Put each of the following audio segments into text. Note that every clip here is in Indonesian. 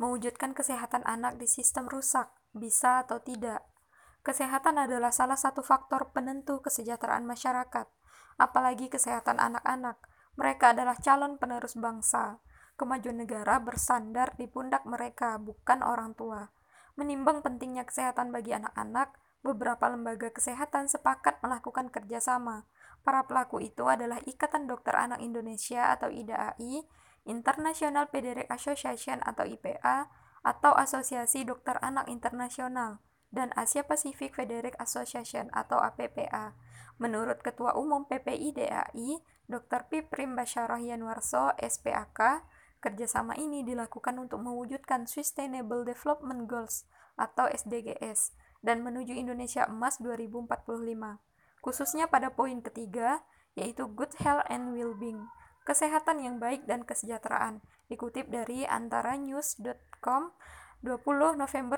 Mewujudkan kesehatan anak di sistem rusak, bisa atau tidak? Kesehatan adalah salah satu faktor penentu kesejahteraan masyarakat, apalagi kesehatan anak-anak. Mereka adalah calon penerus bangsa. Kemajuan negara bersandar di pundak mereka, bukan orang tua. Menimbang pentingnya kesehatan bagi anak-anak, beberapa lembaga kesehatan sepakat melakukan kerjasama. Para pelaku itu adalah Ikatan Dokter Anak Indonesia atau IDAI, International Pediatric Association atau IPA, atau Asosiasi Dokter Anak Internasional, dan Asia Pacific Pediatric Association atau APPA. Menurut Ketua Umum PPIDAI, Dr. Piprim Basyarah Yanwarso, SPAK, kerjasama ini dilakukan untuk mewujudkan Sustainable Development Goals atau SDGs dan menuju Indonesia Emas 2045, khususnya pada poin ketiga, yaitu Good Health and Well-being, kesehatan yang baik dan kesejahteraan, dikutip dari antaranews.com 20 November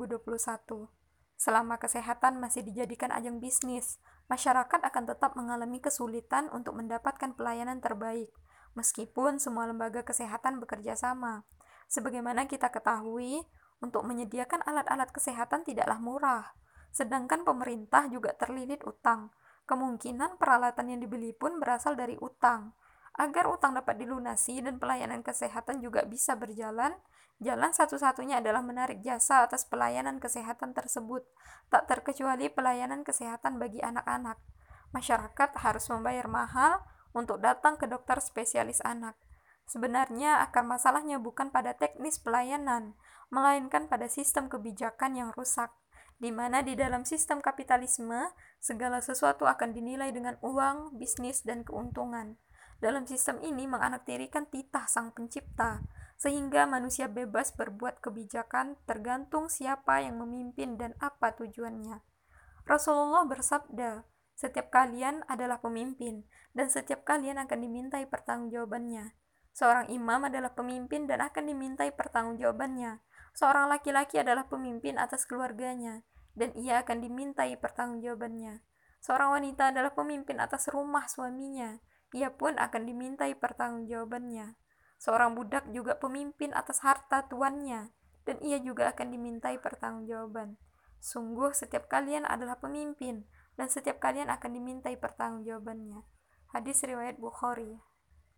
2021. Selama kesehatan masih dijadikan ajang bisnis, masyarakat akan tetap mengalami kesulitan untuk mendapatkan pelayanan terbaik, meskipun semua lembaga kesehatan bekerja sama. Sebagaimana kita ketahui, untuk menyediakan alat-alat kesehatan tidaklah murah, sedangkan pemerintah juga terlilit utang. Kemungkinan peralatan yang dibeli pun berasal dari utang. Agar utang dapat dilunasi dan pelayanan kesehatan juga bisa berjalan, jalan satu-satunya adalah menarik jasa atas pelayanan kesehatan tersebut, tak terkecuali pelayanan kesehatan bagi anak-anak. Masyarakat harus membayar mahal untuk datang ke dokter spesialis anak. Sebenarnya akar masalahnya bukan pada teknis pelayanan, melainkan pada sistem kebijakan yang rusak, di mana di dalam sistem kapitalisme, segala sesuatu akan dinilai dengan uang, bisnis, dan keuntungan. Dalam sistem ini menganaktirikan titah sang pencipta, sehingga manusia bebas berbuat kebijakan tergantung siapa yang memimpin dan apa tujuannya. Rasulullah bersabda, setiap kalian adalah pemimpin, dan setiap kalian akan dimintai pertanggungjawabannya. Seorang imam adalah pemimpin dan akan dimintai pertanggungjawabannya. Seorang laki-laki adalah pemimpin atas keluarganya, dan ia akan dimintai pertanggungjawabannya. Seorang wanita adalah pemimpin atas rumah suaminya, ia pun akan dimintai pertanggungjawabannya. Seorang budak juga pemimpin atas harta tuannya, dan ia juga akan dimintai pertanggungjawaban. Sungguh setiap kalian adalah pemimpin, dan setiap kalian akan dimintai pertanggungjawabannya. Hadis riwayat Bukhari.